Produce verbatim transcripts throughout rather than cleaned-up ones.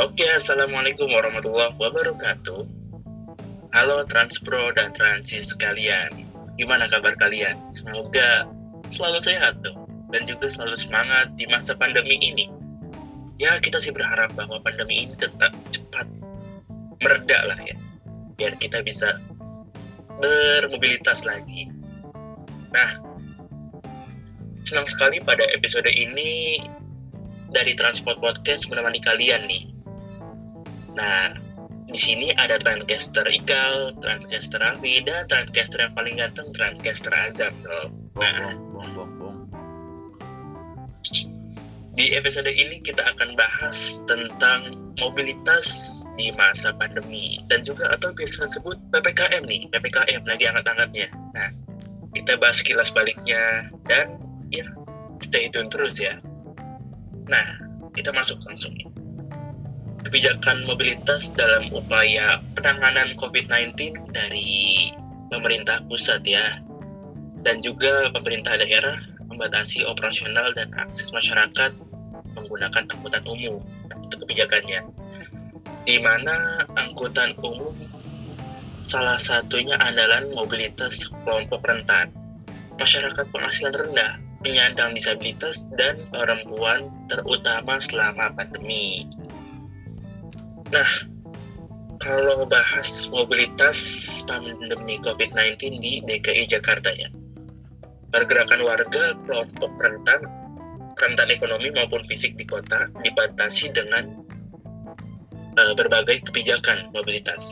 Oke, Assalamualaikum warahmatullahi wabarakatuh. Halo Transpro dan Transis sekalian. Gimana kabar kalian? Semoga selalu sehat dong, dan juga selalu semangat di masa pandemi ini. Ya, kita sih berharap bahwa pandemi ini tetap cepat mereda lah ya, biar kita bisa bermobilitas lagi. Nah, senang sekali pada episode ini dari Transport Podcast menemani kalian nih. Nah, di sini ada Transcaster Ikal, Transcaster Raffi, dan Transcaster yang paling ganteng, Transcaster Azam dong. Nah, bong, bong, bong. Di episode ini kita akan bahas tentang mobilitas di masa pandemi dan juga atau biasa disebut P P K M nih, P P K M lagi angkat-angkatnya. Nah, kita bahas kilas baliknya dan ya stay tune terus ya. Nah, kita masuk langsung nih. Kebijakan mobilitas dalam upaya penanganan covid sembilan belas dari pemerintah pusat ya, dan juga pemerintah daerah membatasi operasional dan akses masyarakat menggunakan angkutan umum. Nah, itu kebijakannya, di mana angkutan umum salah satunya andalan mobilitas kelompok rentan, masyarakat penghasilan rendah, penyandang disabilitas, dan perempuan terutama selama pandemi. Nah, kalau bahas mobilitas pandemi covid sembilan belas di D K I Jakarta ya, pergerakan warga kelompok rentan, rentan ekonomi maupun fisik di kota dibatasi dengan uh, berbagai kebijakan mobilitas.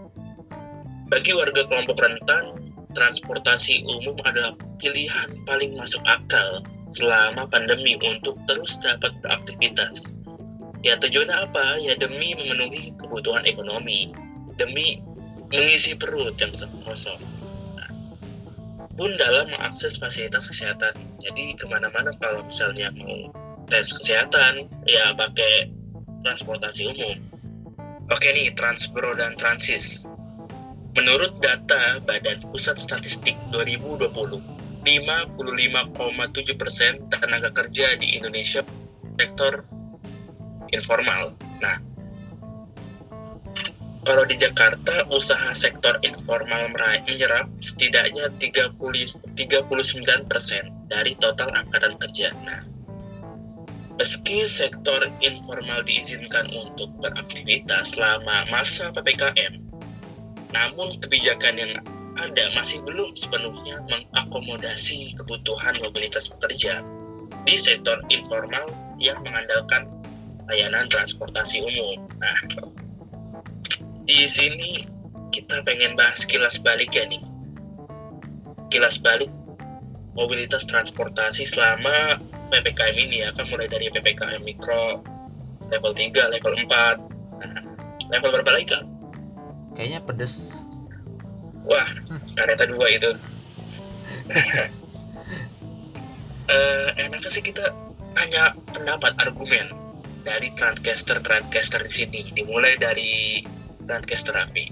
Bagi warga kelompok rentan, transportasi umum adalah pilihan paling masuk akal selama pandemi untuk terus dapat beraktivitas. Ya, tujuannya apa? Ya demi memenuhi kebutuhan ekonomi, demi mengisi perut yang kosong. Nah, pun dalam mengakses fasilitas kesehatan. Jadi kemana-mana kalau misalnya mau tes kesehatan, ya pakai transportasi umum. Oke nih, Transbro dan Transis. Menurut data Badan Pusat Statistik dua ribu dua puluh, lima puluh lima koma tujuh persen tenaga kerja di Indonesia sektor informal. Nah, kalau di Jakarta, usaha sektor informal menyerap setidaknya tiga puluh sembilan persen dari total angkatan kerja. Nah, meski sektor informal diizinkan untuk beraktivitas selama masa P P K M, namun kebijakan yang ada masih belum sepenuhnya mengakomodasi kebutuhan mobilitas pekerja di sektor informal yang mengandalkan layanan transportasi umum. Nah, di sini kita pengen bahas kilas balik ya nih. Kilas balik mobilitas transportasi selama P P K M ini ya, kan mulai dari P P K M mikro, level tiga, level empat. Nah, level berapa lagi kan? Kayaknya pedes. Wah, kareta dua itu. uh, enaknya sih kita nanya pendapat, argumen dari Transcaster Transcaster di sini. Dimulai dari Transcaster Raffi.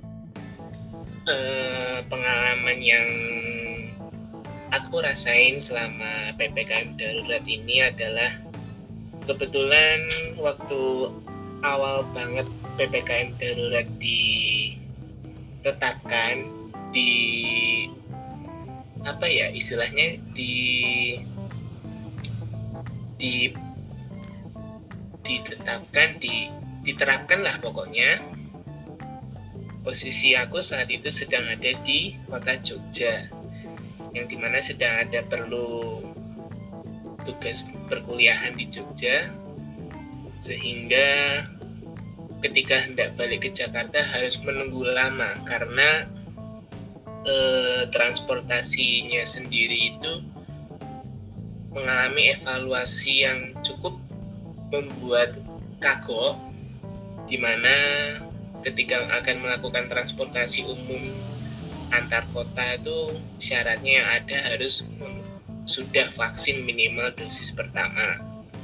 Uh, pengalaman yang aku rasain selama P P K M darurat ini adalah kebetulan waktu awal banget P P K M darurat ditetapkan, di apa ya istilahnya di di ditetapkan di diterapkan lah pokoknya. Posisi aku saat itu sedang ada di kota Jogja, yang dimana sedang ada perlu tugas perkuliahan di Jogja, sehingga ketika hendak balik ke Jakarta harus menunggu lama karena eh, transportasinya sendiri itu mengalami evaluasi yang cukup membuat kagok, di mana ketika akan melakukan transportasi umum antar kota itu syaratnya yang ada harus sudah vaksin minimal dosis pertama.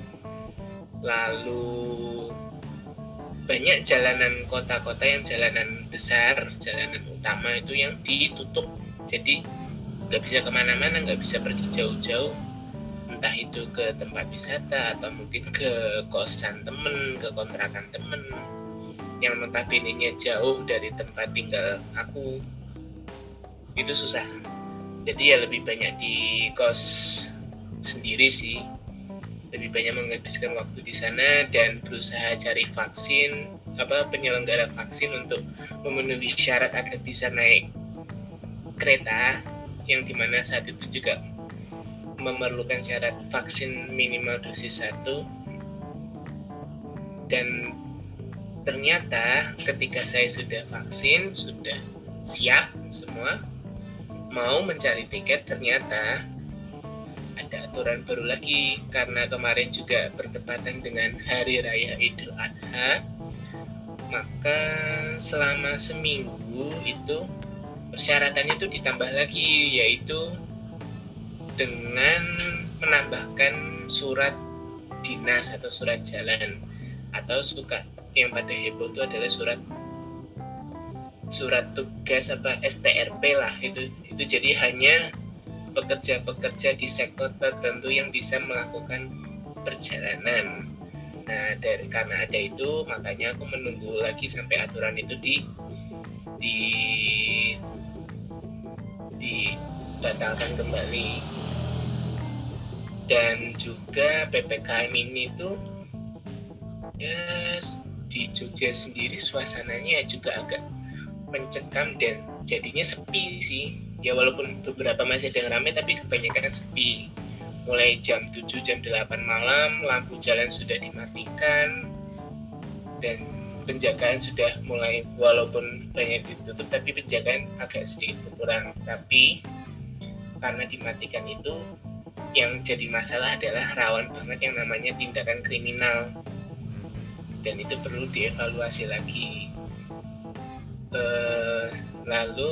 Lalu banyak jalanan kota-kota yang jalanan besar, jalanan utama itu yang ditutup, jadi nggak bisa kemana-mana, nggak bisa pergi jauh-jauh, entah itu ke tempat wisata atau mungkin ke kosan temen, ke kontrakan temen yang notabene-nya jauh dari tempat tinggal aku, itu susah. Jadi ya lebih banyak di kos sendiri sih, lebih banyak menghabiskan waktu di sana dan berusaha cari vaksin, apa penyelenggara vaksin untuk memenuhi syarat agar bisa naik kereta, yang dimana saat itu juga memerlukan syarat vaksin minimal dosis satu. Dan ternyata ketika saya sudah vaksin, sudah siap semua, mau mencari tiket, ternyata ada aturan baru lagi karena kemarin juga bertepatan dengan Hari Raya Idul Adha. Maka selama seminggu itu persyaratannya itu ditambah lagi, yaitu dengan menambahkan surat dinas atau surat jalan, atau suka yang pada heboh itu adalah surat surat tugas apa S T R P lah, itu itu jadi hanya pekerja-pekerja di sektor tertentu yang bisa melakukan perjalanan. Nah, dari karena ada itu, makanya aku menunggu lagi sampai aturan itu di di dibatalkan kembali. Dan juga P P K M ini tuh ya di Jogja sendiri suasananya juga agak mencekam dan jadinya sepi sih. Ya walaupun beberapa masih ada yang ramai, tapi kebanyakan sepi. Mulai jam tujuh, jam delapan malam, lampu jalan sudah dimatikan dan penjagaan sudah mulai, walaupun banyak ditutup, tapi penjagaan agak sedikit berkurang. Tapi karena dimatikan itu, yang jadi masalah adalah rawan banget yang namanya tindakan kriminal, dan itu perlu dievaluasi lagi. Eh, lalu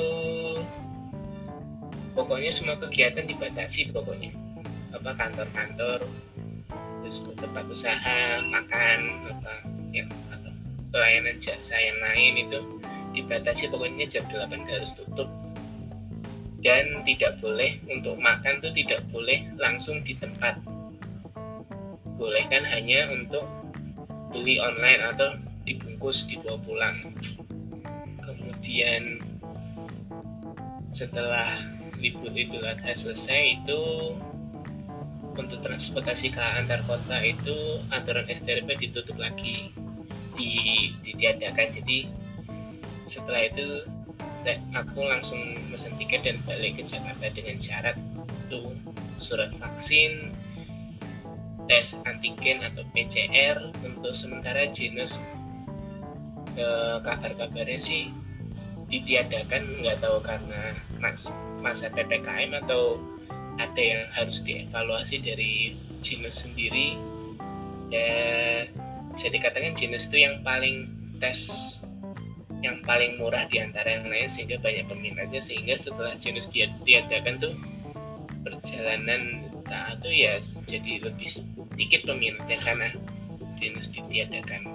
pokoknya semua kegiatan dibatasi, pokoknya apa kantor-kantor, terus tempat usaha, makan, apa yang atau pelayanan jasa yang lain itu dibatasi, pokoknya jam delapan harus tutup. Dan tidak boleh untuk makan tuh tidak boleh langsung di tempat, boleh kan hanya untuk beli online atau dibungkus dibawa pulang. Kemudian setelah libur Idul Adha selesai itu, untuk transportasi ke antar kota itu aturan S T R P ditutup lagi, ditiadakan. Jadi setelah itu aku langsung mesen tiket dan balik ke Jakarta dengan syarat itu surat vaksin, tes antigen atau P C R. Untuk sementara Genus eh, kabar-kabarnya sih ditiadakan, nggak tahu karena mas, masa P P K M atau ada yang harus dievaluasi dari Genus sendiri. Ya bisa dikatakan Genus itu yang paling tes yang paling murah di antara yang lain, sehingga banyak peminatnya, sehingga setelah Genus ditiadakan tuh perjalanan nah itu ya jadi lebih sedikit peminatnya karena Genus ditiadakan.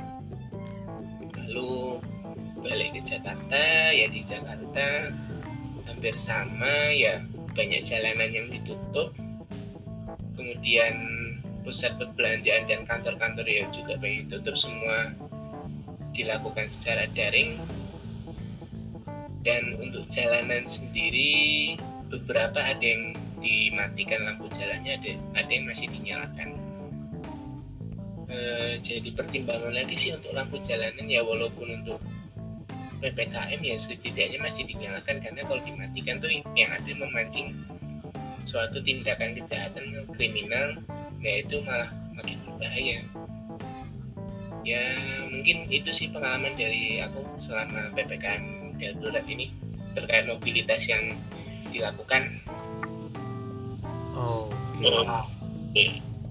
Lalu balik ke Jakarta, ya di Jakarta hampir sama, ya banyak jalanan yang ditutup, kemudian pusat perbelanjaan dan kantor-kantor ya juga banyak ditutup, semua dilakukan secara daring. Dan untuk jalanan sendiri beberapa ada yang dimatikan lampu jalannya, ada, ada yang masih dinyalakan. E, jadi pertimbangan lagi sih untuk lampu jalanan, ya walaupun untuk P P K M ya setidaknya masih dinyalakan, karena kalau dimatikan tuh yang ada memancing suatu tindakan kejahatan kriminal, nah itu malah makin berbahaya. Ya mungkin itu sih pengalaman dari aku selama P P K M darurat ini terkait mobilitas yang dilakukan. Oh, oke. Oh, oke.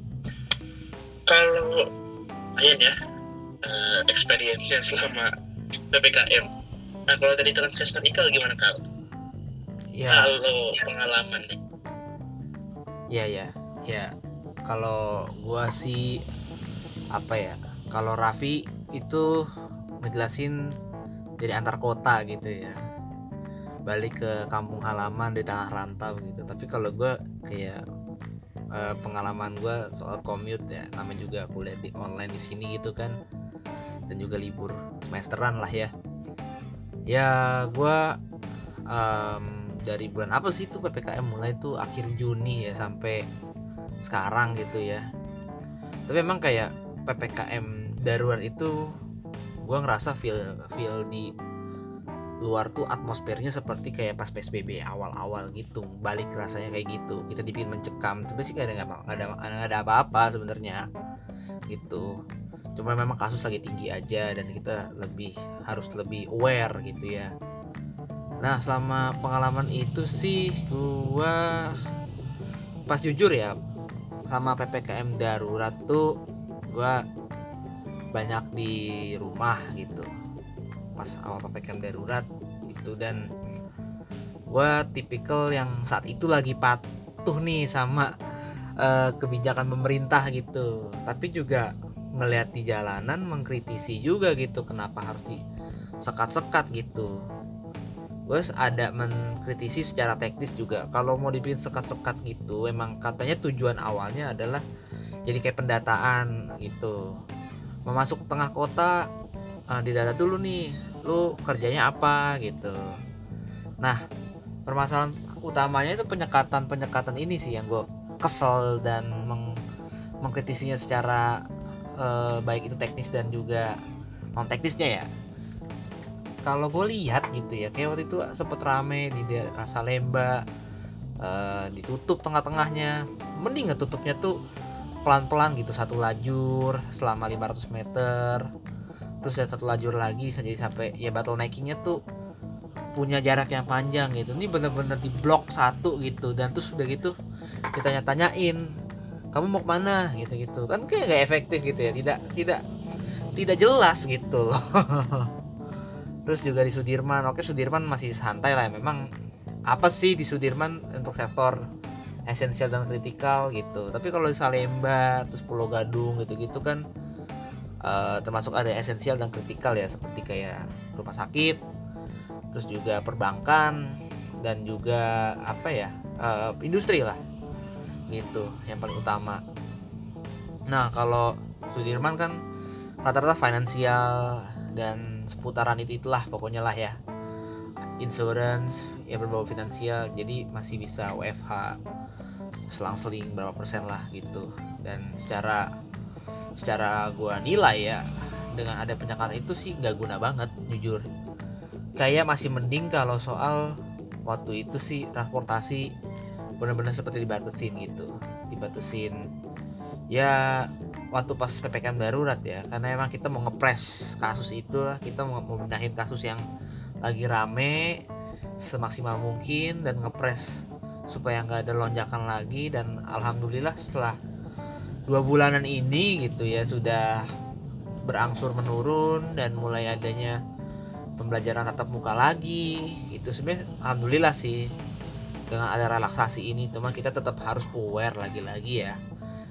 Kalau Ayan ya, uh, experience-nya selama P P K M. Nah kalau dari Transcaster Ikal gimana Kal? Ya, Kalau pengalaman nih. ya, ya, ya. Kalau gua sih apa ya? Kalau Raffi itu ngejelasin dari antar kota gitu ya, balik ke kampung halaman di tengah rantau gitu. Tapi kalau gue kayak uh, pengalaman gue soal commute ya, namanya juga kuliah di online di sini gitu kan, dan juga libur semesteran lah ya. Ya gue um, dari bulan apa sih itu P P K M mulai tuh akhir Juni ya sampai sekarang gitu ya. Tapi emang kayak P P K M darurat itu gue ngerasa feel feel di luar tuh atmosfernya seperti kayak pas P S B B awal-awal gitu, balik rasanya kayak gitu, kita dibikin mencekam, tapi sih gak ada nggak ada nggak ada apa-apa sebenarnya gitu. Cuma memang kasus lagi tinggi aja dan kita lebih harus lebih aware gitu ya. Nah selama pengalaman itu sih gua pas jujur ya sama P P K M darurat tuh gua banyak di rumah gitu pas awal P P K M darurat gitu, dan gua tipikal yang saat itu lagi patuh nih sama uh, kebijakan pemerintah gitu, tapi juga ngelihat di jalanan mengkritisi juga gitu kenapa harus disekat-sekat gitu. Gue ada mengkritisi secara teknis juga, kalau mau dibikin sekat-sekat gitu emang katanya tujuan awalnya adalah jadi kayak pendataan gitu, memasuk tengah kota, uh, didata dulu nih lu kerjanya apa gitu. Nah permasalahan utamanya itu penyekatan-penyekatan ini sih yang gue kesel dan meng- mengkritisinya secara uh, baik itu teknis dan juga non teknisnya ya. Kalau gue lihat gitu ya, kayak waktu itu sempet rame di daerah Salemba, uh, ditutup tengah-tengahnya, mending ngetutupnya tuh pelan-pelan gitu, satu lajur selama lima ratus meter, terus ada satu lajur lagi jadi sampai ya bottleneckingnya tuh punya jarak yang panjang gitu. Ini bener-bener di blok satu gitu, dan terus udah gitu ditanya-tanyain kamu mau kemana gitu-gitu kan, kayak gak efektif gitu ya, tidak tidak tidak jelas gitu loh. Terus juga di Sudirman, oke Sudirman masih santai lah, memang apa sih di Sudirman untuk sektor esensial dan kritikal gitu. Tapi kalau di Salemba terus Pulau Gadung gitu-gitu kan uh, termasuk ada esensial dan kritikal ya, seperti kayak rumah sakit, terus juga perbankan, dan juga apa ya uh, industri lah gitu yang paling utama. Nah kalau Sudirman kan rata-rata finansial dan seputaran itu itulah pokoknya lah ya, insurance ya berbau finansial, jadi masih bisa W F H selang-seling berapa persen lah gitu. Dan secara secara gua nilai ya dengan ada penyekatan itu sih nggak guna banget jujur. Kayak masih mending kalau soal waktu itu sih transportasi benar-benar seperti dibatasin gitu, dibatasin ya waktu pas P P K M darurat ya, karena emang kita mau ngepres kasus itu lah, kita mau memindahin kasus yang lagi rame semaksimal mungkin dan ngepres supaya nggak ada lonjakan lagi. Dan alhamdulillah setelah dua bulanan ini gitu ya sudah berangsur menurun dan mulai adanya pembelajaran tatap muka lagi. Itu sebenarnya alhamdulillah sih dengan ada relaksasi ini, cuma kita tetap harus aware lagi-lagi ya.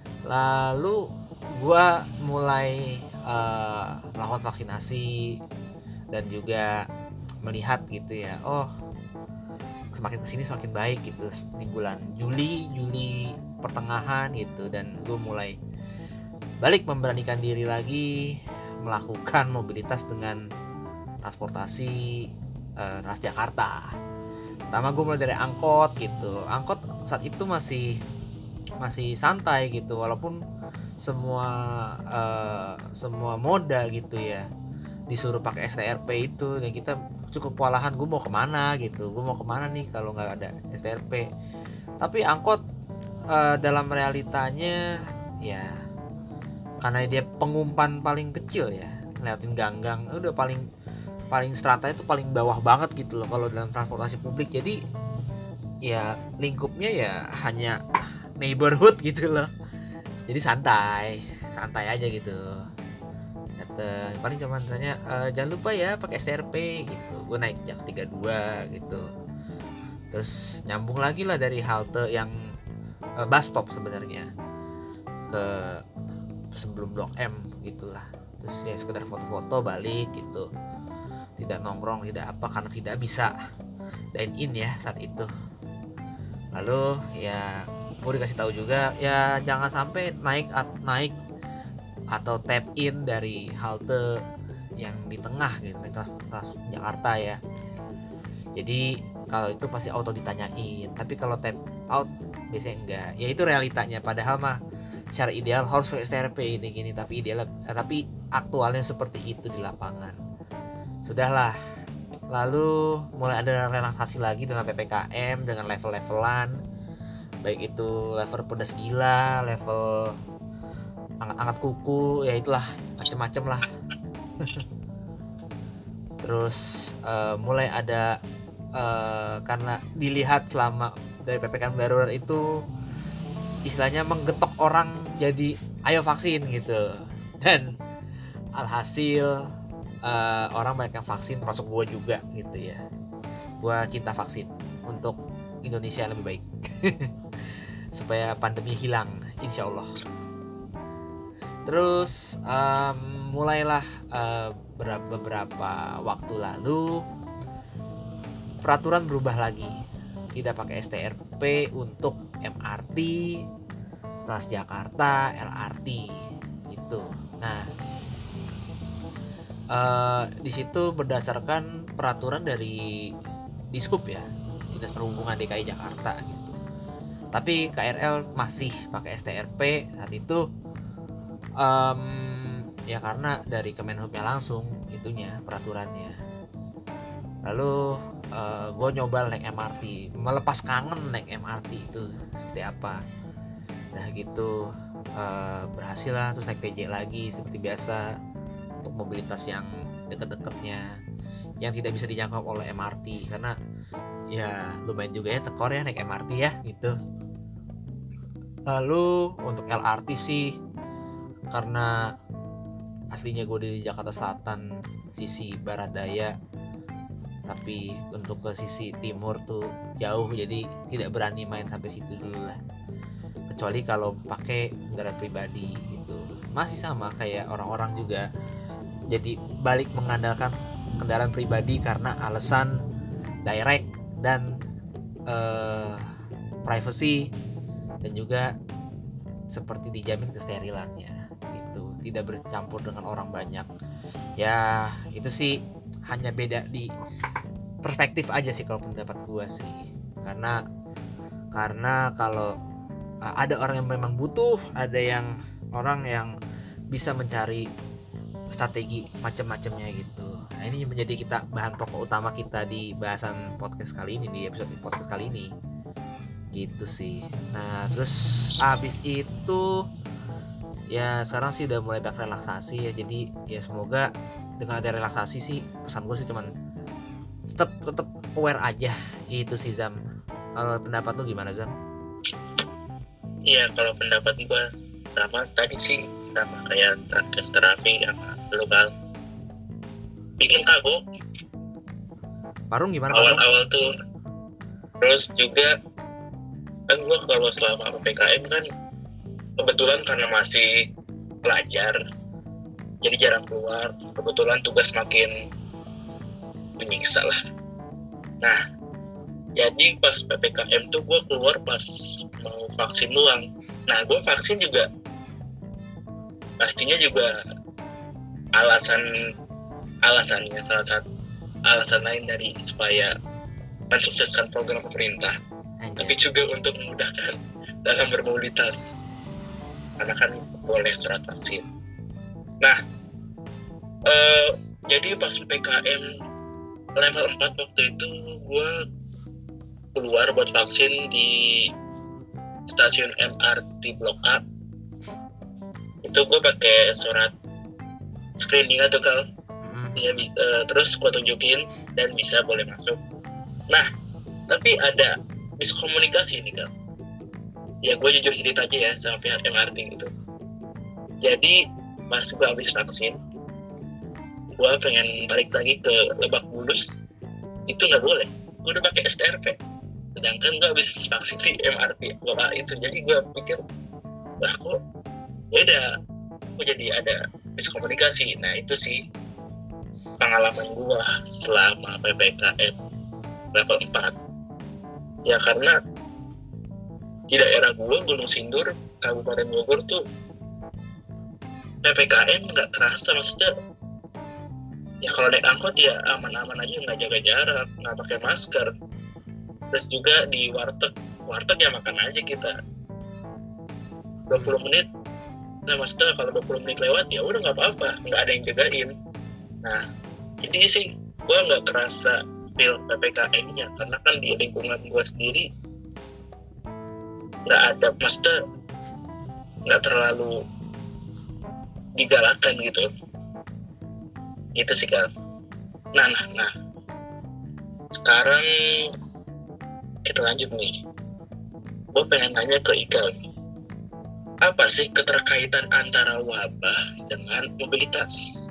Lalu gua mulai uh, melakukan vaksinasi dan juga melihat gitu ya, oh semakin kesini semakin baik gitu di bulan Juli Juli pertengahan gitu, dan gue mulai balik memberanikan diri lagi melakukan mobilitas dengan transportasi uh, Transjakarta. Pertama gue mulai dari angkot gitu, angkot saat itu masih masih santai gitu, walaupun semua uh, semua moda gitu ya disuruh pakai S T R P itu, dan kita cukup kewalahan, gue mau kemana gitu, gue mau kemana nih kalau nggak ada S T R P. Tapi angkot uh, dalam realitanya ya karena dia pengumpan paling kecil ya, ngeliatin ganggang udah paling paling strata itu paling bawah banget gitu loh kalau dalam transportasi publik. Jadi ya lingkupnya ya hanya neighborhood gitu loh, jadi santai santai aja gitu. Kata paling cuma tanya e, jangan lupa ya pakai S T R P gitu. Gue naik Jak tiga puluh dua gitu, terus nyambung lagi lah dari halte yang uh, bus stop sebenarnya ke sebelum Blok M gitulah. Terus ya sekedar foto-foto balik gitu, tidak nongkrong tidak apa karena tidak bisa dine in ya saat itu. Lalu ya gue dikasih tahu juga ya jangan sampai naik at- naik atau tap in dari halte yang di tengah gitu naik Jakarta ya. Jadi kalau itu pasti auto ditanyain, tapi kalau tap out biasanya enggak. Ya itu realitanya, padahal mah secara ideal harus S T R P ini gini, tapi ideal eh, tapi aktualnya seperti itu di lapangan. Sudahlah. Lalu mulai ada relaksasi lagi dengan P P K M dengan level-levelan, baik itu level pedas gila, level angkat-angkat kuku, ya itulah macem-macem lah. Terus uh, mulai ada uh, karena dilihat selama dari P P K M darurat itu istilahnya menggetok orang jadi ayo vaksin gitu, dan alhasil uh, orang banyak yang vaksin termasuk gue juga gitu ya. Gue cinta vaksin untuk Indonesia yang lebih baik supaya pandemi hilang insya Allah. Terus um, mulailah uh, beberapa waktu lalu peraturan berubah lagi, tidak pakai S T R P untuk M R T, Transjakarta, L R T gitu. Nah, uh, di situ berdasarkan peraturan dari Dishub ya, Dinas Perhubungan D K I Jakarta gitu. Tapi K R L masih pakai S T R P saat itu, um, ya karena dari Kemenhubnya langsung itunya peraturannya. Lalu uh, gue nyoba naik M R T, melepas kangen naik M R T itu seperti apa. Nah gitu uh, berhasil lah, terus naik T J lagi seperti biasa untuk mobilitas yang deket-deketnya, yang tidak bisa dijangkau oleh M R T karena ya lumayan juga ya tekor ya naik M R T ya gitu. Lalu untuk L R T sih karena aslinya gue di Jakarta Selatan sisi barat daya, tapi untuk ke sisi timur tuh jauh, jadi tidak berani main sampai situ dulu lah, kecuali kalau pakai kendaraan pribadi gitu. Masih sama kayak orang-orang juga, jadi balik mengandalkan kendaraan pribadi karena alasan direct dan uh, privacy, dan juga seperti dijamin kesterilannya gitu, tidak bercampur dengan orang banyak. Ya itu sih hanya beda di perspektif aja sih kalau pendapat gua sih, karena karena kalau uh, ada orang yang memang butuh, ada yang orang yang bisa mencari strategi macam-macamnya gitu. Nah ini menjadi kita bahan pokok utama kita di bahasan podcast kali ini, di episode podcast kali ini gitu sih. Nah terus abis itu ya sekarang sih udah mulai banyak relaksasi ya, jadi ya semoga dengan ada relaksasi sih, pesan gue sih cuman tetap tetap aware aja itu sih Zam. Kalau pendapat lu gimana Zam? Iya, kalau pendapat gue sama tadi sih, sama kayak Transkas Terapi sama lokal. Bikin kagok. Parung gimana Parung? Awal-awal tuh. Terus juga kan gue kalau selama P P K M kan kebetulan karena masih pelajar, jadi jarang keluar. Kebetulan tugas makin menyiksa lah. Nah, jadi pas P P K M tuh gue keluar pas mau vaksin doang. Nah, gue vaksin juga pastinya juga alasan alasannya salah satu alasan lain dari supaya mensukseskan program pemerintah. Anjay. Tapi juga untuk memudahkan dalam bermobilitas, karena kan boleh surat vaksin. Nah, eh, jadi pas P P K M level empat waktu itu gue keluar buat vaksin di stasiun M R T Blok A. Itu gue pakai surat screening atau kal, ya, uh, terus gue tunjukin dan bisa boleh masuk. Nah, tapi ada miskomunikasi nih kal. Ya gue jujur cerita aja ya sama pihak M R T gitu. Jadi pas gue habis vaksin, gue pengen balik lagi ke Lebak Bulus, itu nggak boleh. Gue udah pakai S T R P, sedangkan gue habis vaksin di M R T Blok A itu. Jadi gue pikir, wah kok beda, kok jadi ada miskomunikasi. Nah itu sih pengalaman gue selama P P K M level empat. Ya karena di daerah gua Gunung Sindur Kabupaten Bogor tuh P P K M nggak kerasa, maksudnya ya kalau naik angkot ya aman-aman aja, nggak jaga jarak, nggak pakai masker. Terus juga di warteg warteg ya makan aja kita dua puluh menit. Nah maksudnya kalau dua puluh menit lewat ya udah nggak apa-apa, nggak ada yang jagain. Nah jadi sih gue nggak kerasa feel P P K M-nya, karena kan di lingkungan gue sendiri nggak ada, maksudnya nggak terlalu digalakan gitu. Itu sih kan. Nah, nah, nah. Sekarang kita lanjut nih. Gue pengen nanya ke Ikal. Apa sih keterkaitan antara wabah dengan mobilitas?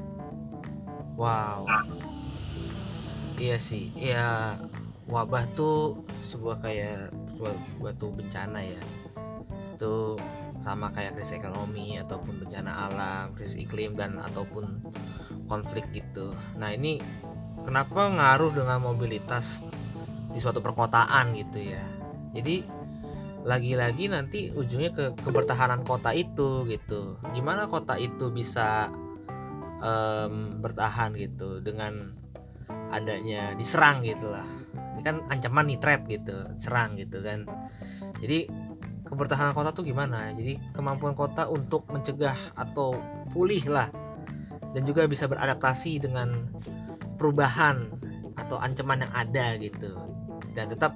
Wow. Iya sih. Ya wabah tuh sebuah kayak sebuah, suatu bencana ya. Itu sama kayak krisis ekonomi ataupun bencana alam, krisis iklim dan ataupun konflik gitu. Nah ini kenapa ngaruh dengan mobilitas di suatu perkotaan gitu ya. Jadi lagi-lagi nanti ujungnya ke kebertahanan kota itu gitu. Gimana kota itu bisa um, bertahan gitu dengan adanya diserang gitu lah. Ini kan ancaman nih, threat gitu, serang gitu kan. Jadi kebertahanan kota tuh gimana? Jadi kemampuan kota untuk mencegah atau pulih lah, dan juga bisa beradaptasi dengan perubahan atau ancaman yang ada gitu, dan tetap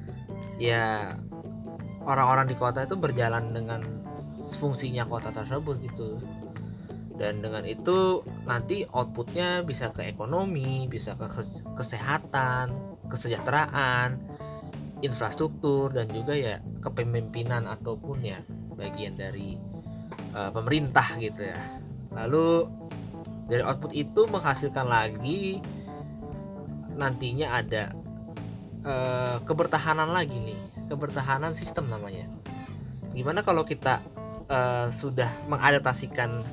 ya orang-orang di kota itu berjalan dengan fungsinya kota tersebut gitu. Dan dengan itu nanti outputnya bisa ke ekonomi, bisa ke kesehatan, kesejahteraan, infrastruktur, dan juga ya kepemimpinan ataupun ya bagian dari uh, pemerintah gitu ya. Lalu dari output itu menghasilkan lagi nantinya ada uh, kebertahanan lagi nih, kebertahanan sistem namanya. Gimana kalau kita uh, sudah mengadaptasikan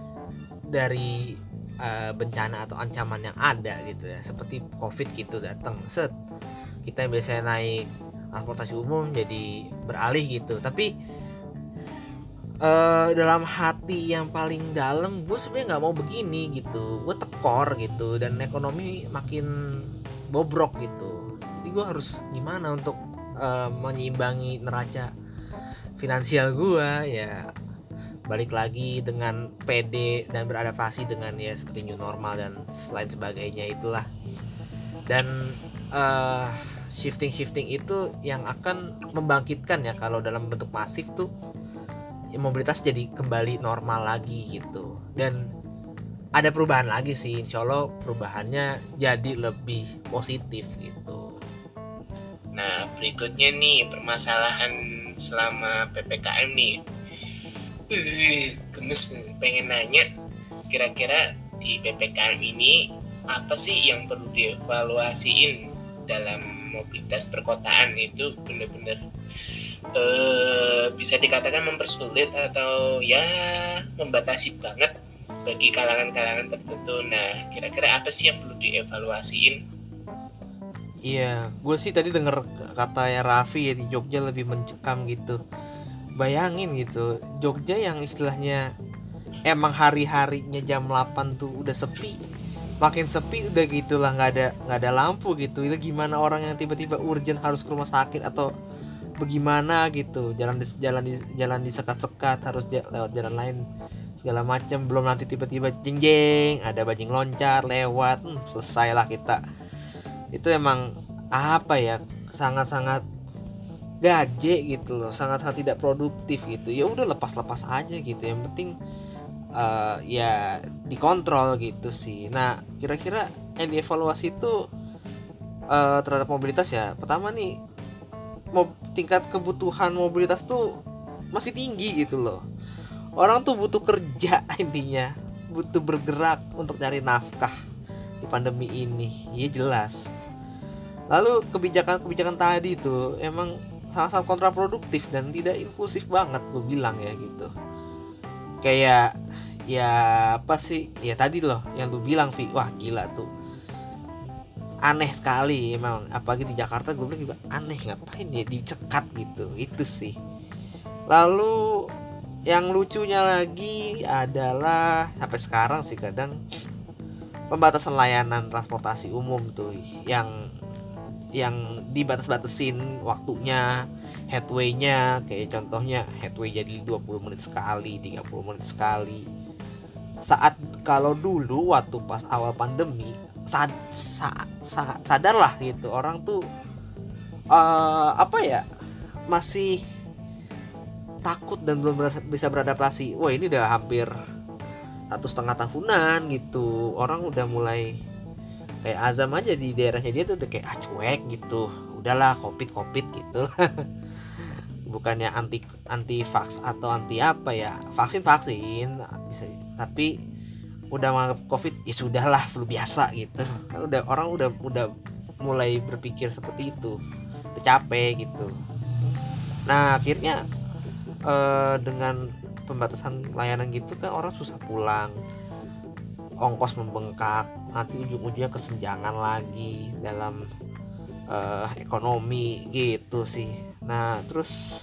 dari uh, bencana atau ancaman yang ada gitu ya, seperti COVID gitu datang, set kita yang biasanya naik transportasi umum jadi beralih gitu. Tapi uh, dalam hati yang paling dalam gue sebenarnya nggak mau begini gitu, gue tekor gitu, dan ekonomi makin bobrok gitu. Jadi gue harus gimana untuk uh, menyeimbangi neraca finansial gue ya, balik lagi dengan pede dan beradaptasi dengan ya seperti new normal dan lain sebagainya itulah. Dan uh, shifting-shifting itu yang akan membangkitkan ya, kalau dalam bentuk masif tuh ya, mobilitas jadi kembali normal lagi gitu. Dan ada perubahan lagi sih, insya Allah perubahannya jadi lebih positif gitu. Nah berikutnya nih permasalahan selama P P K M nih. Uh, gemes nih, pengen nanya kira-kira di P P K M ini apa sih yang perlu dievaluasiin dalam mobilitas perkotaan? Itu benar-benar uh, bisa dikatakan mempersulit atau ya membatasi banget bagi kalangan-kalangan tertentu. Nah kira-kira apa sih yang perlu dievaluasiin? Iya, gue sih tadi denger katanya Raffi ya, di Jogja lebih mencekam gitu. Bayangin gitu, Jogja yang istilahnya emang hari-harinya jam delapan tuh udah sepi, makin sepi udah gitulah, nggak ada nggak ada lampu gitu. Itu gimana orang yang tiba-tiba urgent harus ke rumah sakit atau bagaimana gitu, jalan di jalan di jalan disekat-sekat, harus j- lewat jalan lain segala macam. Belum nanti tiba-tiba jeng-jeng ada bajing loncat lewat, hmm, selesailah kita. Itu emang apa ya, sangat-sangat gaje gitu loh, sangat-sangat tidak produktif gitu. Ya udah lepas-lepas aja gitu, yang penting uh, ya dikontrol gitu sih. Nah kira-kira yang dievaluasi itu uh, terhadap mobilitas ya, pertama nih mob- tingkat kebutuhan mobilitas tuh masih tinggi gitu loh. Orang tuh butuh kerja intinya, butuh bergerak untuk cari nafkah di pandemi ini, ya jelas. Lalu kebijakan-kebijakan tadi itu emang sangat-sangat kontraproduktif dan tidak inklusif banget, gue bilang ya gitu. Kayak ya apa sih ya tadi loh yang lu bilang, Vi, wah gila tuh, aneh sekali emang, apalagi di Jakarta gue bilang juga aneh, ngapain ya dicekat gitu. Itu sih Lalu yang lucunya lagi adalah sampai sekarang sih kadang pembatasan layanan transportasi umum tuh yang yang dibatas-batasin waktunya, headway-nya, kayak contohnya headway jadi dua puluh menit sekali, tiga puluh menit sekali. Saat kalau dulu waktu pas awal pandemi sad, sa, sa, sadarlah gitu orang tuh uh, apa ya masih takut dan belum ber, bisa beradaptasi. Wah, ini udah hampir satu setengah tahunan gitu, orang udah mulai kayak azam aja di daerahnya dia tuh udah kayak ah cuek gitu, udahlah covid covid gitu. Bukannya anti anti vaks atau anti apa ya, vaksin vaksin bisa, tapi udah menganggap covid ya sudahlah flu biasa gitu. Kan udah orang udah udah mulai berpikir seperti itu, udah capek gitu. Nah akhirnya eh, dengan pembatasan layanan gitu kan orang susah pulang, ongkos membengkak, nanti ujung-ujungnya kesenjangan lagi dalam uh, ekonomi gitu sih. Nah terus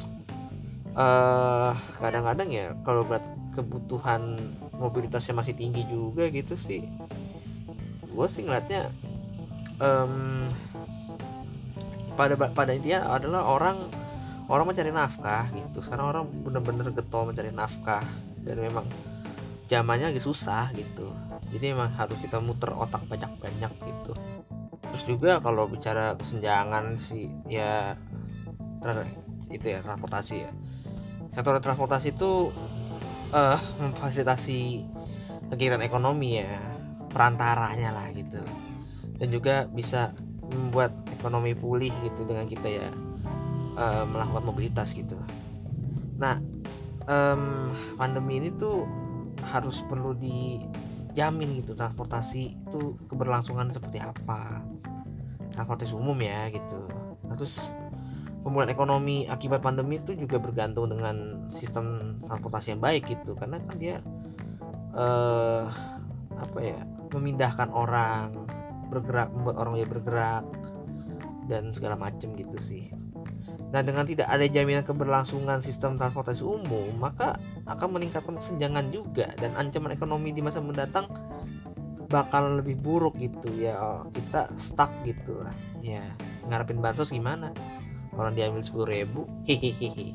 uh, kadang-kadang ya kalau buat kebutuhan mobilitasnya masih tinggi juga gitu sih, gue sih ngeliatnya um, pada pada intinya adalah orang orang mencari nafkah gitu. Sekarang orang bener-bener getol mencari nafkah dan memang zamannya lagi susah gitu, jadi emang harus kita muter otak banyak-banyak gitu. Terus juga kalau bicara kesenjangan sih ya ter- itu ya transportasi ya, sektor transportasi itu uh, memfasilitasi kegiatan ekonomi ya, perantaranya lah gitu, dan juga bisa membuat ekonomi pulih gitu dengan kita ya uh, melakukan mobilitas gitu. Nah um, pandemi ini tuh harus perlu dijamin gitu transportasi itu keberlangsungan seperti apa, transportasi umum ya gitu. Nah, terus pemulihan ekonomi akibat pandemi itu juga bergantung dengan sistem transportasi yang baik gitu, karena kan dia eh, apa ya memindahkan orang, bergerak, membuat orang dia bergerak dan segala macam gitu sih. Nah dengan tidak ada jaminan keberlangsungan sistem transportasi umum, maka akan meningkatkan kesenjangan juga, dan ancaman ekonomi di masa mendatang bakal lebih buruk gitu ya. Kita stuck gitu lah ya, ngarepin bansos gimana, orang diambil sepuluh ribu. Hehehe.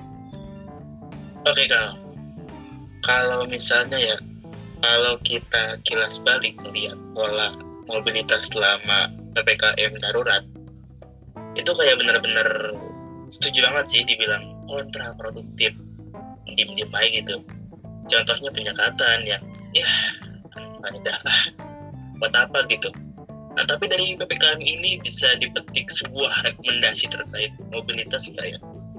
Oke Kak, kalau misalnya ya, kalau kita kilas balik lihat pola mobilitas selama P P K M darurat, itu kayak benar-benar setuju banget sih dibilang kontraproduktif, diem-diem aja gitu. Contohnya penyekatan yang ya faedah lah, buat apa gitu. Nah tapi dari P P K M ini bisa dipetik sebuah rekomendasi terkait mobilitas nggak ya?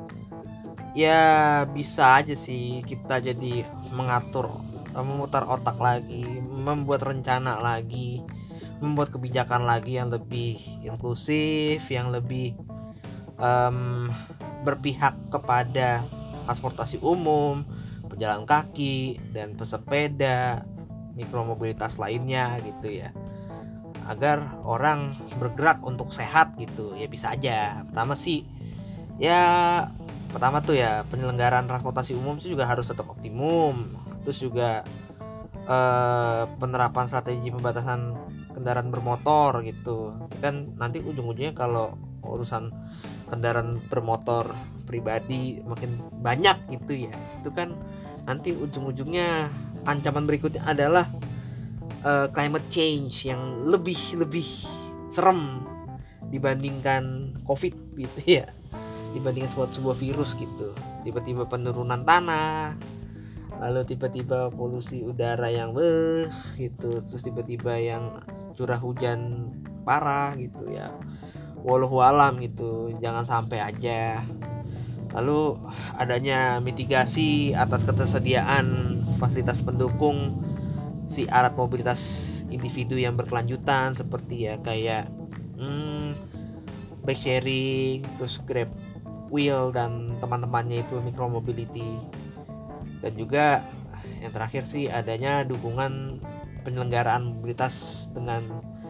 Ya bisa aja sih kita jadi mengatur, memutar otak lagi, membuat rencana lagi, membuat kebijakan lagi yang lebih inklusif, yang lebih um, berpihak kepada transportasi umum, pejalan kaki, dan pesepeda, mikromobilitas lainnya gitu ya, agar orang bergerak untuk sehat gitu ya. Bisa aja pertama sih ya, pertama tuh ya penyelenggaraan transportasi umum itu juga harus tetap optimum. Terus juga eh, penerapan strategi pembatasan kendaraan bermotor gitu kan, nanti ujung-ujungnya kalau urusan kendaraan bermotor pribadi makin banyak gitu ya, itu kan nanti ujung-ujungnya ancaman berikutnya adalah uh, climate change yang lebih lebih serem dibandingkan covid gitu ya, dibandingkan sebuah sebuah virus gitu. Tiba-tiba penurunan tanah, lalu tiba-tiba polusi udara yang beh gitu, terus tiba-tiba yang curah hujan parah gitu ya. Wallahu alam gitu, jangan sampai aja. Lalu adanya mitigasi atas ketersediaan fasilitas pendukung si alat mobilitas individu yang berkelanjutan, seperti ya kayak hmm, bike sharing, terus Grab Wheel dan teman-temannya itu micromobility. Dan juga yang terakhir sih adanya dukungan penyelenggaraan mobilitas dengan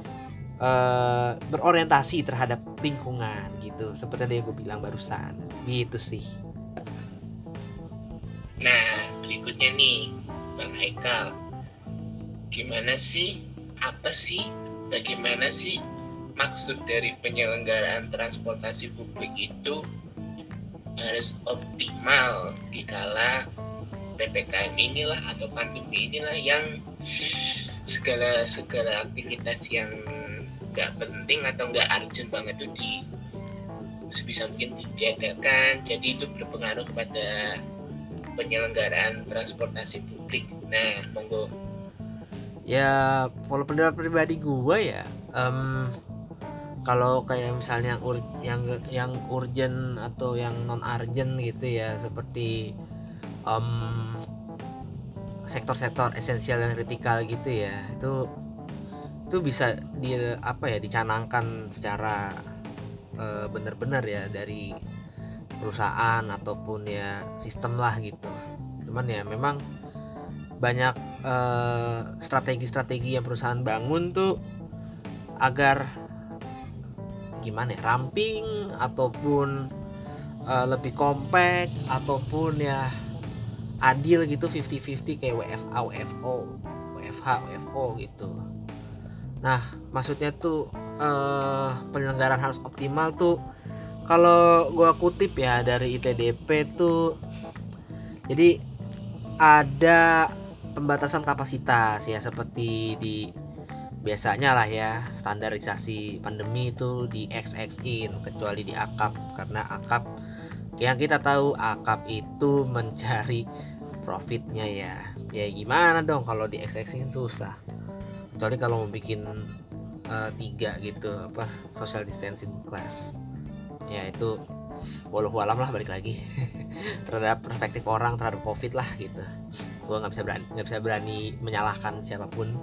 Uh, berorientasi terhadap lingkungan gitu, seperti yang gue bilang barusan gitu sih. Nah, berikutnya nih, Bang Haikal, gimana sih, apa sih, bagaimana sih maksud dari penyelenggaraan transportasi publik itu harus optimal dikala P P K M inilah atau pandemi inilah yang segala segala aktivitas yang nggak penting atau nggak urgent banget itu di sebisa mungkin ditiadakan, jadi itu berpengaruh kepada penyelenggaraan transportasi publik. Nah, monggo. Ya kalau pendapat pribadi gua ya, em, kalau kayak misalnya yang ur- yang yang urgent atau yang non urgent gitu ya, seperti em, sektor-sektor esensial dan kritikal gitu ya, itu itu bisa di apa ya dicanangkan secara eh, benar-benar ya dari perusahaan ataupun ya sistem lah gitu. Cuman ya memang banyak eh, strategi-strategi yang perusahaan bangun tuh agar gimana ya, ramping ataupun eh, lebih kompak ataupun ya adil gitu, lima puluh lima puluh kayak W F A W F O W F H W F O gitu. Nah maksudnya tuh eh, penyelenggaraan harus optimal tuh, kalau gua kutip ya dari I T D P tuh, jadi ada pembatasan kapasitas ya, seperti di biasanya lah ya, standarisasi pandemi itu di X X in kecuali di A K A P, karena A K A P yang kita tahu A K A P itu mencari profitnya ya. Ya gimana dong kalau di X X in susah, kecuali kalau mau bikin uh, tiga gitu apa social distancing class ya, itu walau alam lah, balik lagi terhadap perspektif orang terhadap covid lah gitu. Gue nggak bisa berani nggak bisa berani menyalahkan siapapun.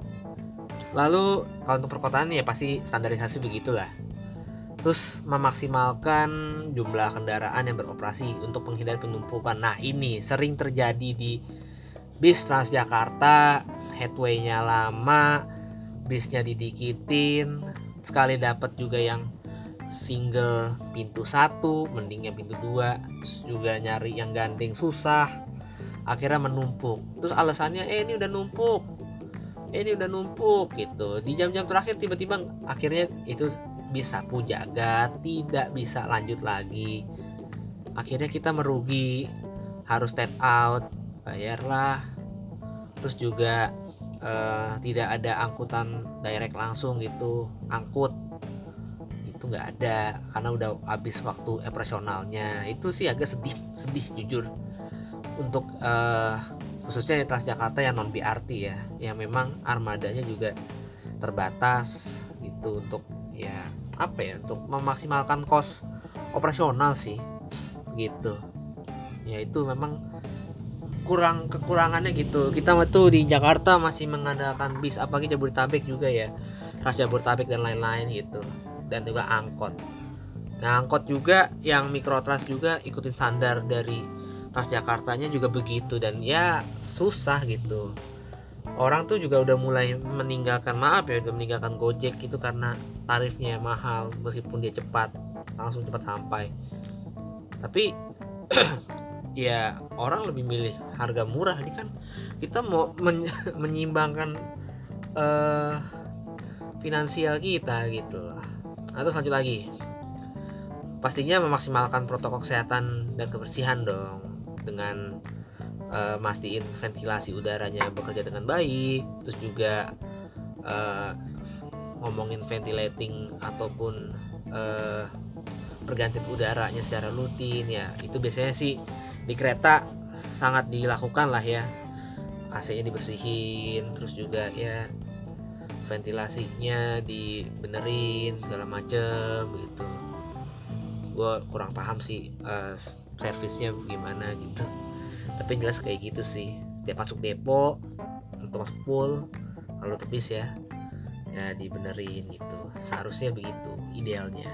Lalu kalau untuk perkotaan ya pasti standarisasi begitulah. Terus memaksimalkan jumlah kendaraan yang beroperasi untuk menghindari penumpukan. Nah ini sering terjadi di bis Transjakarta, headway-nya lama, bisnya didikitin, sekali dapat juga yang single pintu satu, mending yang pintu dua, terus juga nyari yang gandeng susah, akhirnya menumpuk. Terus alasannya eh ini udah numpuk, eh ini udah numpuk gitu. Di jam-jam terakhir tiba-tiba akhirnya itu bisa sapu jagat, tidak bisa lanjut lagi. Akhirnya kita merugi, harus step out, bayarlah. Terus juga eh, tidak ada angkutan direct langsung gitu, angkut itu nggak ada karena udah habis waktu operasionalnya. Itu sih agak sedih, sedih jujur untuk eh, khususnya Transjakarta yang non B R T ya, yang memang armadanya juga terbatas gitu, untuk ya apa ya, untuk memaksimalkan kos operasional sih gitu. Ya itu memang kurang kekurangannya gitu. Kita tuh di Jakarta masih mengandalkan bis, apalagi Jabodetabek juga ya, Trans Jabodetabek dan lain-lain gitu, dan juga angkot. Nah angkot juga yang mikrotrans juga ikutin standar dari Transjakartanya juga begitu, dan ya susah gitu. Orang tuh juga udah mulai meninggalkan, maaf ya, udah meninggalkan Gojek gitu karena tarifnya mahal, meskipun dia cepat, langsung cepat sampai. Tapi ya orang lebih milih harga murah. Ini kan kita mau men- menyimbangkan uh, finansial kita gitu. Atau lanjut lagi, pastinya memaksimalkan protokol kesehatan dan kebersihan dong, dengan uh, mastiin ventilasi udaranya bekerja dengan baik. Terus juga uh, ngomongin ventilating ataupun uh, pergantian udaranya secara rutin ya. Itu biasanya sih di kereta sangat dilakukan lah ya, A C-nya dibersihin, terus juga ya ventilasinya dibenerin segala macem gitu. Gue kurang paham sih uh, servisnya gimana gitu, tapi jelas kayak gitu sih. Tiap masuk depo atau masuk pool, kalau tebis ya ya dibenerin gitu, seharusnya begitu idealnya.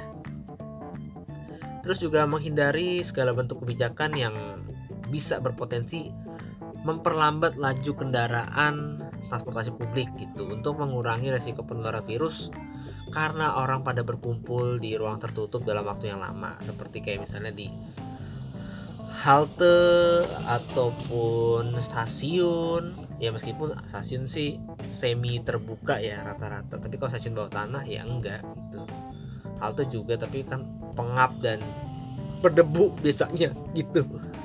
Terus juga menghindari segala bentuk kebijakan yang bisa berpotensi memperlambat laju kendaraan transportasi publik gitu, untuk mengurangi resiko penularan virus karena orang pada berkumpul di ruang tertutup dalam waktu yang lama, seperti kayak misalnya di halte ataupun stasiun, ya meskipun stasiun sih semi terbuka ya rata-rata, tapi kalau stasiun bawah tanah ya enggak gitu. Halte juga tapi kan pengap dan berdebu biasanya gitu.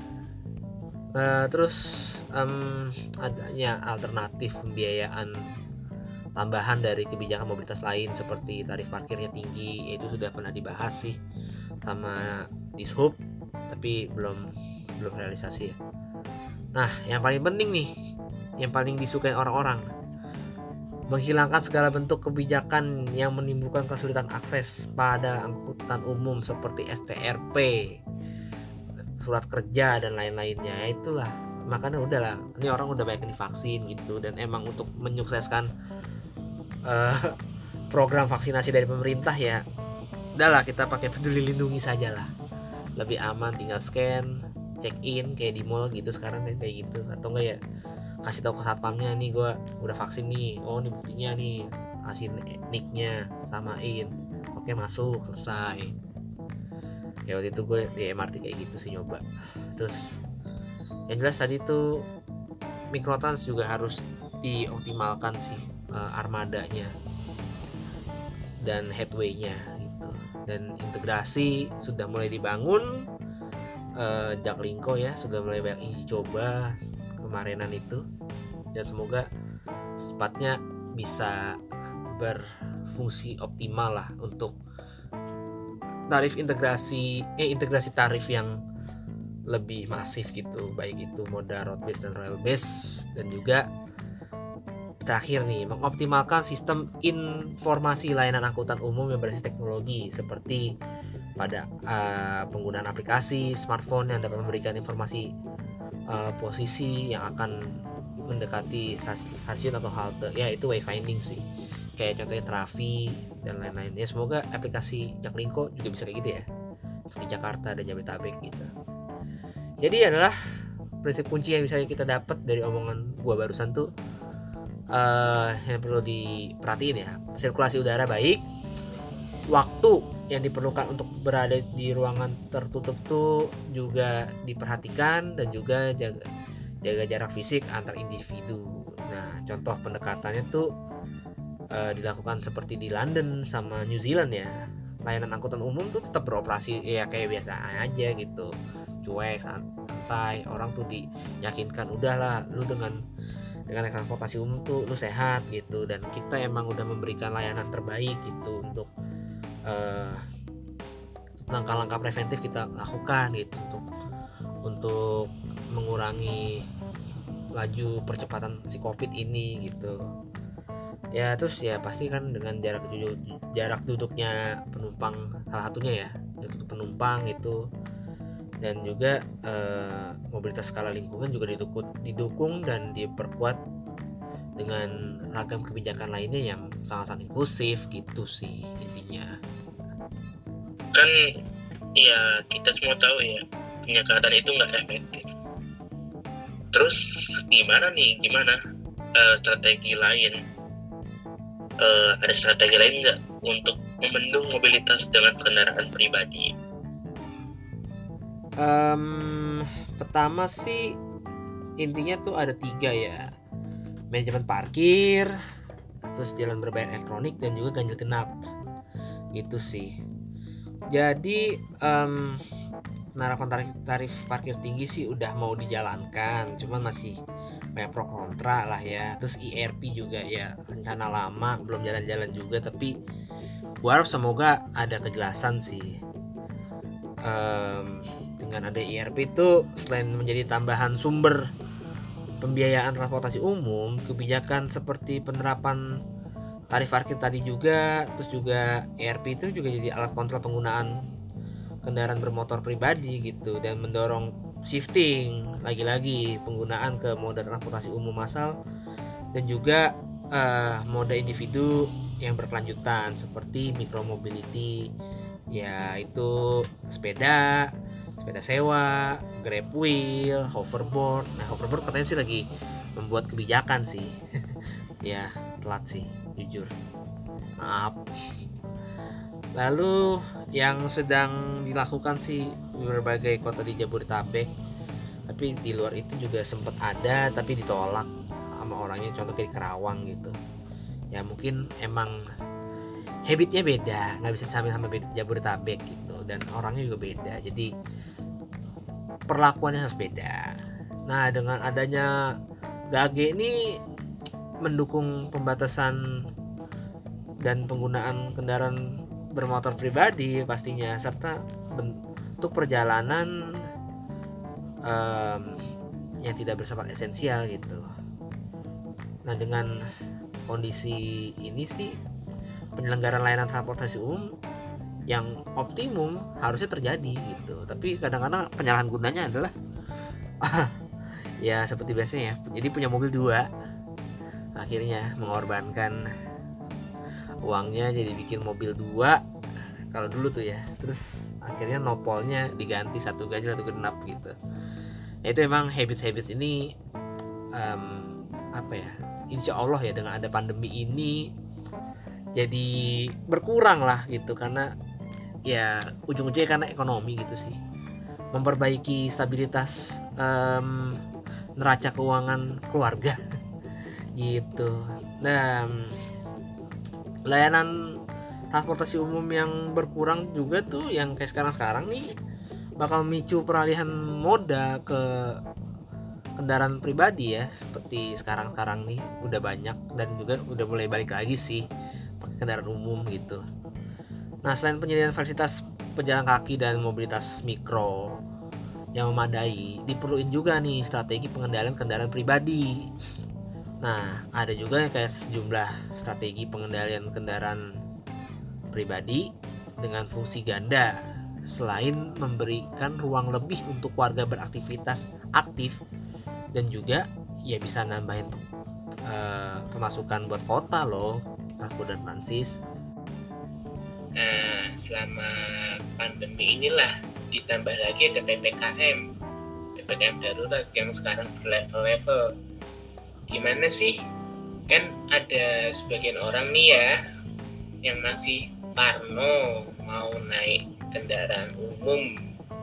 Nah, terus um, adanya alternatif pembiayaan tambahan dari kebijakan mobilitas lain seperti tarif parkirnya tinggi, itu sudah pernah dibahas sih sama Dishub, tapi belum belum realisasi ya. Nah, yang paling penting nih, yang paling disukai orang-orang, menghilangkan segala bentuk kebijakan yang menimbulkan kesulitan akses pada angkutan umum seperti S T R P, surat kerja dan lain-lainnya. Itulah makanya udahlah, ini orang udah banyak divaksin gitu, dan emang untuk menyukseskan uh, program vaksinasi dari pemerintah ya udahlah kita pakai Peduli Lindungi saja lah, lebih aman, tinggal scan check in kayak di mall gitu sekarang kayak gitu, atau enggak ya kasih tahu ke satpamnya nih gue udah vaksin nih, oh ini buktinya nih, kasih nicknya, samain, oke masuk, selesai. Ya waktu itu gue di M R T kayak gitu sih nyoba. Terus yang jelas tadi tuh Mikrotrans juga harus dioptimalkan sih uh, armadanya dan headway-nya gitu, dan integrasi sudah mulai dibangun. uh, Jaklingko ya sudah mulai banyak uji coba kemarinan itu, dan semoga secepatnya bisa berfungsi optimal lah untuk tarif integrasi eh integrasi tarif yang lebih masif gitu, baik itu moda road base dan rail base, dan juga terakhir nih mengoptimalkan sistem informasi layanan angkutan umum yang berbasis teknologi seperti pada uh, penggunaan aplikasi smartphone yang dapat memberikan informasi uh, posisi yang akan mendekati stasiun atau halte, ya itu wayfinding sih, kayak contohnya Trafi dan lain-lain. Ya semoga aplikasi Jaklingko juga bisa kayak gitu ya untuk di Jakarta dan Jabodetabek gitu. Jadi adalah prinsip kunci yang bisa kita dapat dari omongan gua barusan tuh, uh, yang perlu diperhatiin ya, sirkulasi udara baik, waktu yang diperlukan untuk berada di ruangan tertutup tuh juga diperhatikan, dan juga jaga jaga jarak fisik antar individu. Nah, contoh pendekatannya tuh uh, dilakukan seperti di London sama New Zealand ya. Layanan angkutan umum tuh tetap beroperasi ya kayak biasa aja gitu, cuek, santai. Orang tuh diyakinkan udahlah lu dengan dengan transportasi umum tuh lu sehat gitu, dan kita emang udah memberikan layanan terbaik gitu untuk uh, langkah-langkah preventif kita lakukan gitu untuk untuk mengurangi laju percepatan si COVID ini gitu. Ya terus ya pasti kan dengan jarak duduk, jarak duduknya penumpang salah satunya ya, jarak duduk penumpang itu, dan juga eh, mobilitas skala lingkungan juga didukung, didukung dan diperkuat dengan ragam kebijakan lainnya yang sangat-sangat inklusif gitu sih intinya. Kan ya kita semua tahu ya penyekatan itu nggak efektif. Terus gimana nih, gimana uh, strategi lain? Uh, ada strategi lain nggak untuk membendung mobilitas dengan kendaraan pribadi? Um, pertama sih intinya tuh ada tiga ya, manajemen parkir, terus jalan berbayar elektronik, dan juga ganjil genap gitu sih. Jadi um, penerapan tarif, tarif parkir tinggi sih udah mau dijalankan, cuman masih banyak pro kontra lah ya. Terus I R P juga ya rencana lama belum jalan-jalan juga, tapi gua harap semoga ada kejelasan sih. Um, dengan ada I R P itu selain menjadi tambahan sumber pembiayaan transportasi umum, kebijakan seperti penerapan tarif parkir tadi juga, terus juga I R P itu juga jadi alat kontrol penggunaan kendaraan bermotor pribadi gitu, dan mendorong shifting lagi-lagi penggunaan ke moda transportasi umum massal, dan juga uh, moda individu yang berkelanjutan seperti micromobility, yaitu sepeda, sepeda sewa, grab wheel, hoverboard. Nah hoverboard katanya sih lagi membuat kebijakan sih ya telat sih jujur, maaf. Lalu yang sedang dilakukan sih di berbagai kota di Jabodetabek, tapi di luar itu juga sempat ada tapi ditolak sama orangnya, contoh kayak di Kerawang gitu. Ya mungkin emang habitnya beda, nggak bisa sama-sama Jabodetabek gitu, dan orangnya juga beda, jadi perlakuannya harus beda. Nah, dengan adanya G A G ini mendukung pembatasan dan penggunaan kendaraan bermotor pribadi pastinya, serta bentuk perjalanan um, yang tidak bersifat esensial gitu. Nah, dengan kondisi ini sih penyelenggaraan layanan transportasi umum yang optimum harusnya terjadi gitu. Tapi kadang-kadang penyalahan gunanya adalah ya seperti biasanya ya, jadi punya mobil dua, akhirnya mengorbankan uangnya jadi bikin mobil dua kalau dulu tuh ya, terus akhirnya nopolnya diganti satu ganjil satu genap gitu. Ya, itu emang habits-habits ini um, apa ya, insya Allah ya dengan ada pandemi ini jadi berkurang lah gitu, karena ya ujung-ujungnya karena ekonomi gitu sih, memperbaiki stabilitas um, neraca keuangan keluarga gitu. Nah, layanan transportasi umum yang berkurang juga tuh yang kayak sekarang-sekarang nih bakal memicu peralihan moda ke kendaraan pribadi ya, seperti sekarang-sekarang nih udah banyak dan juga udah mulai balik lagi sih pakai kendaraan umum gitu. Nah, selain penyediaan fasilitas pejalan kaki dan mobilitas mikro yang memadai, diperluin juga nih strategi pengendalian kendaraan pribadi. Nah, ada juga yang kayak sejumlah strategi pengendalian kendaraan pribadi dengan fungsi ganda, selain memberikan ruang lebih untuk warga beraktivitas aktif dan juga ya bisa nambahin uh, pemasukan buat kota loh, Transport dan Transis. Nah, selama pandemi inilah ditambah lagi ada P P K M P P K M darurat yang sekarang berlevel-level. Gimana sih, kan ada sebagian orang nih ya yang masih parno mau naik kendaraan umum.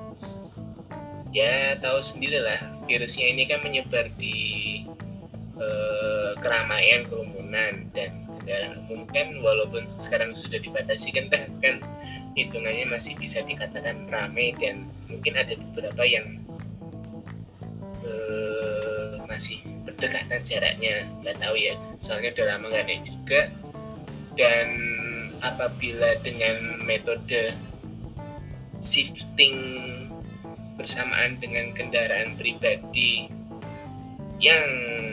Ya tahu sendirilah, virusnya ini kan menyebar di eh, keramaian, kerumunan, dan kendaraan umum kan walaupun sekarang sudah dibatasi kan kan hitungannya masih bisa dikatakan ramai, dan mungkin ada beberapa yang eh, masih berdekatan jaraknya, nggak tahu ya, soalnya udah lama nggak naik juga. Dan apabila dengan metode shifting bersamaan dengan kendaraan pribadi yang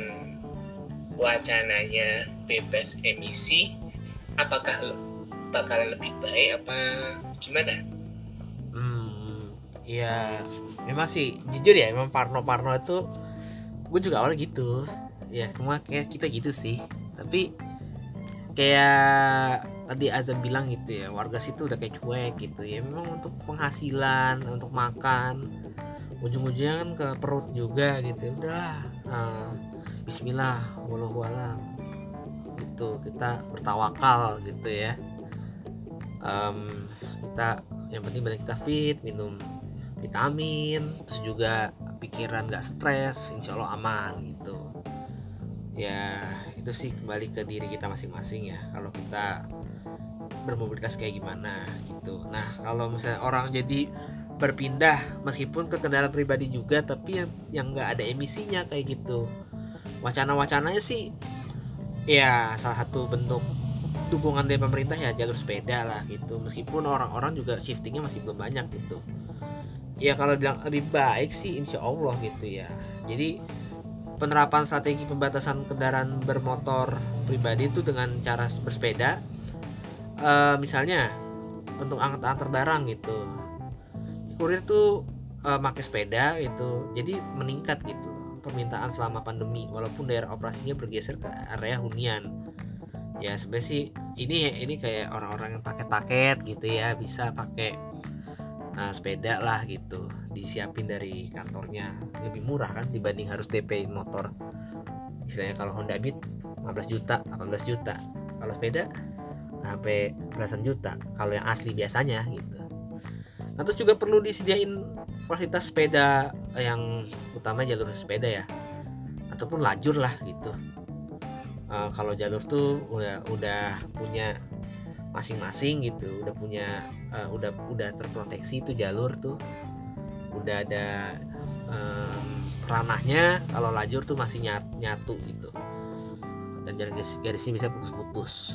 wacananya bebas emisi, apakah bakalan lebih baik apa gimana? Hmm, ya memang sih jujur ya, memang parno-parno itu gue juga awalnya gitu ya, semua kayak kita gitu sih. Tapi kayak tadi Azam bilang gitu ya, warga situ udah kayak cuek gitu ya, memang untuk penghasilan, untuk makan, ujung-ujungnya kan ke perut juga gitu. Udah uh, bismillah, wallahu alam gitu, kita bertawakal gitu ya. Um, kita yang penting badan kita fit, minum vitamin, terus juga pikiran gak stres, insya Allah aman gitu ya. Itu sih kembali ke diri kita masing-masing ya, kalau kita bermobilitas kayak gimana gitu. Nah, kalau misalnya orang jadi berpindah meskipun ke kendaraan pribadi juga, tapi yang yang nggak ada emisinya kayak gitu, wacana-wacananya sih ya salah satu bentuk dukungan dari pemerintah ya jalur sepeda lah gitu, meskipun orang-orang juga shiftingnya masih belum banyak gitu ya. Kalau bilang lebih baik sih insya Allah gitu ya. Jadi penerapan strategi pembatasan kendaraan bermotor pribadi itu dengan cara bersepeda, e, misalnya untuk antar-antar barang gitu, kurir tuh e, pakai sepeda gitu, jadi meningkat gitu permintaan selama pandemi walaupun daerah operasinya bergeser ke area hunian. Ya sebenarnya sih ini ini kayak orang-orang yang paket-paket gitu ya, bisa pakai uh, sepeda lah gitu, disiapin dari kantornya, lebih murah kan dibanding harus D P motor. Misalnya kalau Honda Beat lima belas juta, delapan belas juta, kalau sepeda sampai belasan juta kalau yang asli biasanya gitu. Nah, terus juga perlu disediain fasilitas sepeda yang utama jalur sepeda ya, ataupun lajur lah gitu. Uh, kalau jalur tuh udah udah punya masing-masing gitu, udah punya uh, udah udah terproteksi tuh jalur tuh, udah ada um, ranahnya. Kalau lajur tuh masih nyatu, nyatu gitu, dan garis garisnya bisa putus-putus.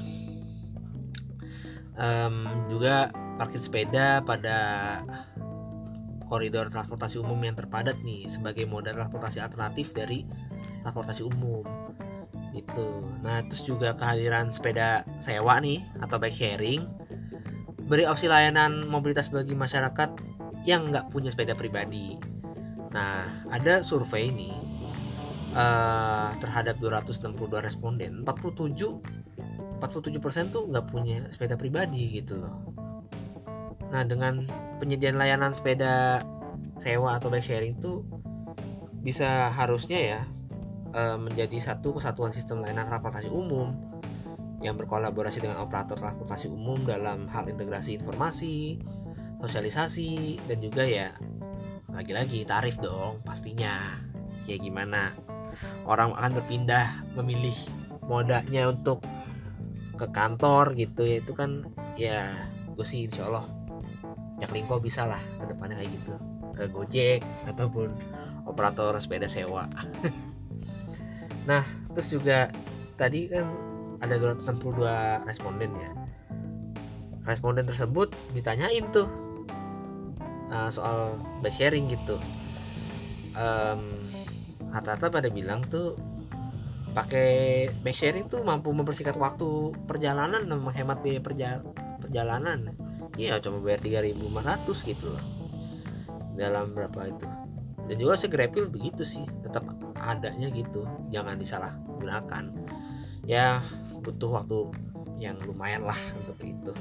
Um, juga parkir sepeda pada koridor transportasi umum yang terpadat nih sebagai moda transportasi alternatif dari transportasi umum gitu. Nah, terus juga kehadiran sepeda sewa nih atau bike sharing beri opsi layanan mobilitas bagi masyarakat yang nggak punya sepeda pribadi. Nah, ada survei nih uh, terhadap dua ratus enam puluh dua responden, empat puluh tujuh persen tuh nggak punya sepeda pribadi gitu loh. Nah, dengan penyediaan layanan sepeda sewa atau bike sharing tuh bisa harusnya ya e, menjadi satu kesatuan sistem layanan transportasi umum yang berkolaborasi dengan operator transportasi umum dalam hal integrasi informasi, sosialisasi, dan juga ya lagi-lagi tarif dong pastinya. Kayak gimana orang akan berpindah memilih modanya untuk ke kantor gitu ya, itu kan ya gue sih insya Allah Jaklingko bisa lah ke depannya kayak gitu, ke Gojek ataupun operator sepeda sewa. Nah, terus juga tadi kan ada dua ratus enam puluh dua responden ya. Responden tersebut ditanyain tuh uh, soal bike sharing gitu. Um, rata-rata pada bilang tuh pakai bike sharing tuh mampu mempersingkat waktu perjalanan dan menghemat biaya perja- perjalanan. Iya, cuma bayar tiga ribu lima ratus gitu loh dalam berapa itu. Dan juga segrepil begitu sih, tetap adanya gitu, jangan disalahgunakan. Ya butuh waktu yang lumayan lah untuk itu.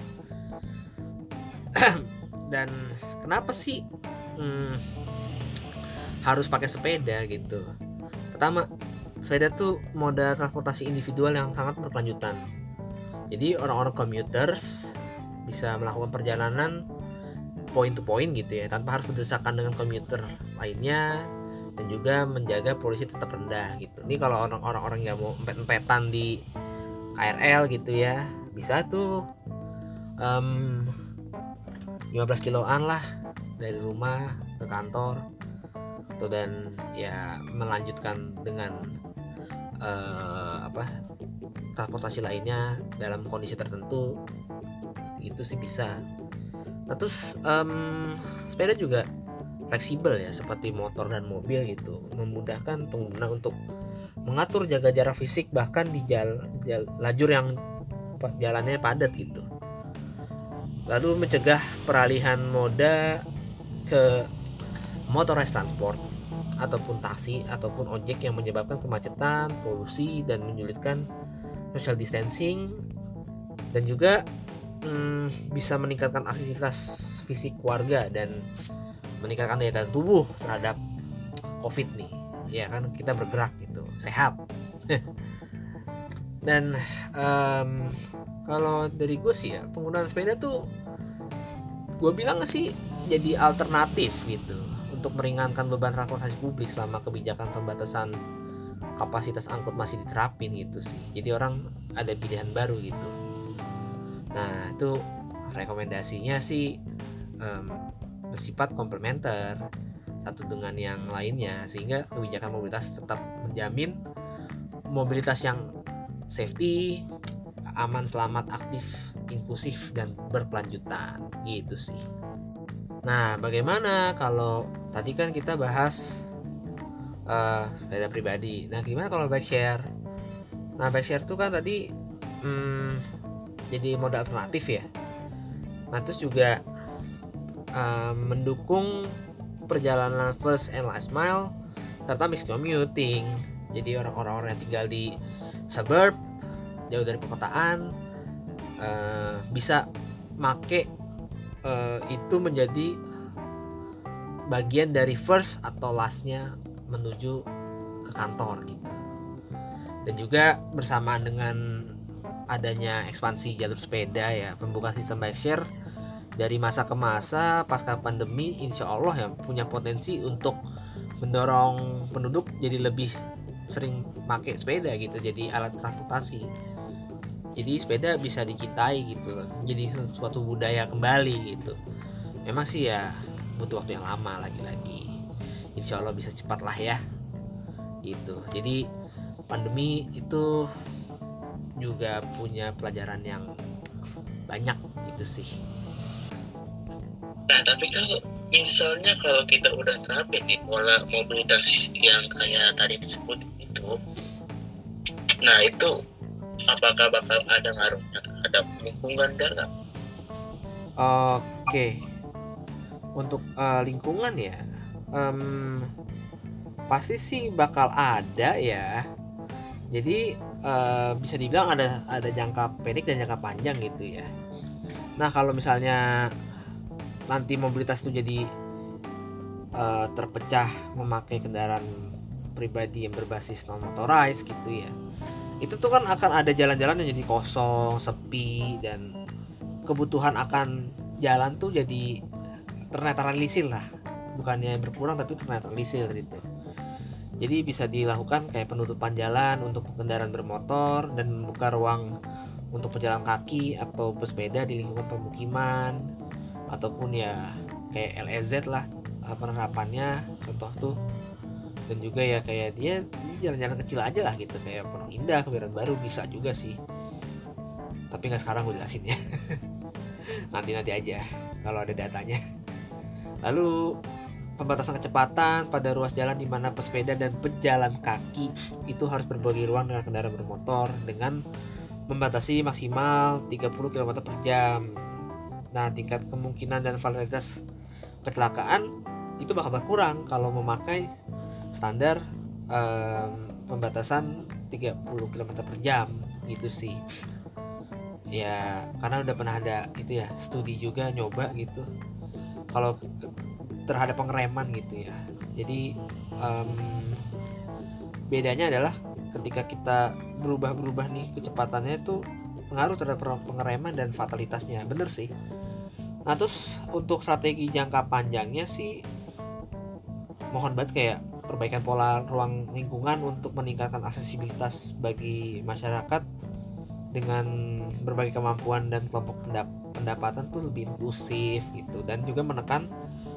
Dan kenapa sih hmm, harus pakai sepeda gitu? Pertama, sepeda tuh moda transportasi individual yang sangat berkelanjutan. Jadi orang-orang commuters bisa melakukan perjalanan point to point gitu ya, tanpa harus berdesakan dengan komuter lainnya, dan juga menjaga polusi tetap rendah gitu. Ini kalau orang-orang yang mau empet-empetan di K R L gitu ya, bisa tuh um, lima belas kiloan lah dari rumah ke kantor tuh, dan ya melanjutkan dengan uh, apa transportasi lainnya dalam kondisi tertentu itu sih bisa. Nah, terus um, sepeda juga fleksibel ya, seperti motor dan mobil gitu, memudahkan pengguna untuk mengatur jaga jarak fisik bahkan di jal, jal, lajur yang jalannya padat gitu. Lalu mencegah peralihan moda ke motorized transport ataupun taksi ataupun ojek yang menyebabkan kemacetan, polusi, dan menyulitkan social distancing, dan juga hmm, bisa meningkatkan aktivitas fisik warga dan meningkatkan daya tahan tubuh terhadap COVID nih. Ya kan, kita bergerak gitu, sehat. Dan um, kalau dari gue sih ya, penggunaan sepeda tuh gue bilang sih jadi alternatif gitu untuk meringankan beban transportasi publik selama kebijakan pembatasan kapasitas angkut masih diterapin gitu sih. Jadi orang ada pilihan baru gitu. Nah, itu rekomendasinya sih um, bersifat komplementer satu dengan yang lainnya, sehingga kebijakan mobilitas tetap menjamin mobilitas yang safety, aman, selamat, aktif, inklusif, dan berkelanjutan gitu sih. Nah, bagaimana kalau tadi kan kita bahas uh, sepeda pribadi. Nah, gimana kalau bike share? Nah, bike share itu kan tadi hmm, jadi moda alternatif ya. Nah, terus juga uh, mendukung perjalanan first and last mile serta mixed commuting. Jadi orang-orang yang tinggal di suburb, jauh dari perkotaan, uh, bisa make uh, itu menjadi bagian dari first atau lastnya menuju ke kantor gitu. Dan juga bersamaan dengan adanya ekspansi jalur sepeda ya, pembukaan sistem bike share dari masa ke masa pasca pandemi, insya Allah ya punya potensi untuk mendorong penduduk jadi lebih sering pakai sepeda gitu, jadi alat transportasi. Jadi sepeda bisa dicintai gitu, jadi suatu budaya kembali gitu. Memang sih ya butuh waktu yang lama lagi-lagi. Insya Allah bisa cepat lah ya. Gitu. Jadi pandemi itu juga punya pelajaran yang banyak gitu sih. Nah, tapi kalau misalnya kalau kita udah terapin nih pola mobilitas yang kayak tadi disebut itu, nah itu apakah bakal ada ngaruhnya terhadap lingkungan dalam? Oke, untuk uh, lingkungan ya, um, pasti sih bakal ada ya. Jadi uh, bisa dibilang ada ada jangka pendek dan jangka panjang gitu ya. Nah kalau misalnya nanti mobilitas itu jadi uh, terpecah memakai kendaraan pribadi yang berbasis non motorized gitu ya, itu tuh kan akan ada jalan-jalan yang jadi kosong, sepi, dan kebutuhan akan jalan tuh jadi ternetralisir lah, bukannya berkurang tapi ternetralisir gitu. Jadi bisa dilakukan kayak penutupan jalan untuk kendaraan bermotor dan membuka ruang untuk pejalan kaki atau pesepeda di lingkungan pemukiman, ataupun ya kayak L E Z lah penerapannya contoh tuh. Dan juga ya kayak dia jalan-jalan kecil aja lah gitu, kayak Pondok Indah, Kebayoran Baru bisa juga sih, tapi nggak sekarang gue jelasin ya. nanti-nanti aja kalau ada datanya. Lalu pembatasan kecepatan pada ruas jalan di mana pesepeda dan pejalan kaki itu harus berbagi ruang dengan kendaraan bermotor dengan membatasi maksimal tiga puluh kilometer per jam. Nah, tingkat kemungkinan dan fatalitas kecelakaan itu bakal berkurang kalau memakai standar um, pembatasan tiga puluh kilometer per jam gitu sih. Ya, karena udah pernah ada itu ya, studi juga nyoba gitu. Kalau terhadap pengereman gitu ya. Jadi um, bedanya adalah ketika kita berubah-berubah nih kecepatannya itu pengaruh terhadap pengereman dan fatalitasnya. Bener sih. Nah, terus untuk strategi jangka panjangnya sih mohon banget kayak perbaikan pola ruang lingkungan untuk meningkatkan aksesibilitas bagi masyarakat dengan berbagai kemampuan dan kelompok pendapatan tuh lebih inklusif gitu, dan juga menekan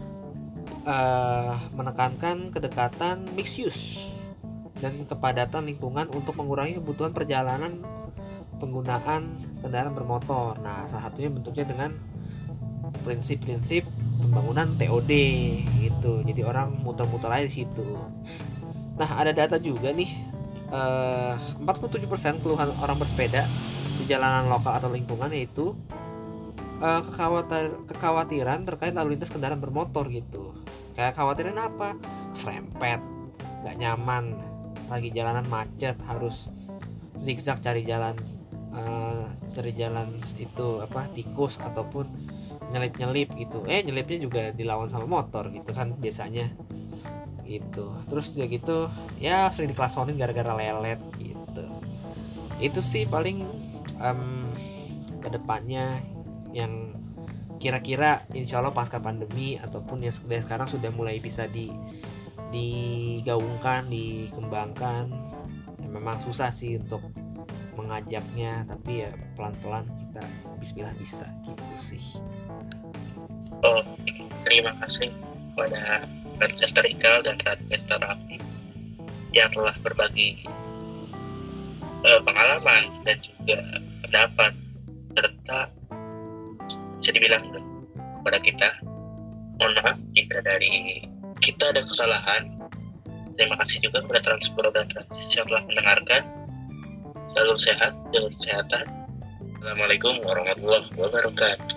uh, menekankan kedekatan mixed use dan kepadatan lingkungan untuk mengurangi kebutuhan perjalanan penggunaan kendaraan bermotor. Nah, salah satunya bentuknya dengan prinsip-prinsip pembangunan T O D gitu. Jadi orang muter-muter aja di situ. Nah, ada data juga nih, eh, empat puluh tujuh persen keluhan orang bersepeda di jalanan lokal atau lingkungan yaitu eh, kekhawatir, kekhawatiran terkait lalu lintas kendaraan bermotor gitu. Kayak khawatirin apa? Serempet, gak nyaman, lagi jalanan macet, harus zigzag cari jalan eh, cari jalan itu apa tikus ataupun nyelip-nyelip gitu. Eh nyelipnya juga dilawan sama motor gitu kan biasanya gitu. Terus juga gitu ya sering diklasonin gara-gara lelet gitu. Itu sih paling um, kedepannya yang kira-kira insya Allah pasca pandemi ataupun yang sekarang sudah mulai bisa di digaungkan, dikembangkan. Ya, memang susah sih untuk mengajaknya, tapi ya pelan-pelan kita bismillah bisa gitu sih. Oh, terima kasih kepada podcaster Ikal dan podcaster Raffi yang telah berbagi uh, pengalaman dan juga pendapat serta bisa dibilang kepada kita. Mohon maaf jika dari kita ada kesalahan. Terima kasih juga kepada Transpro dan Transis yang telah mendengarkan. Selalu sehat, jaga kesehatan. Assalamualaikum warahmatullahi wabarakatuh.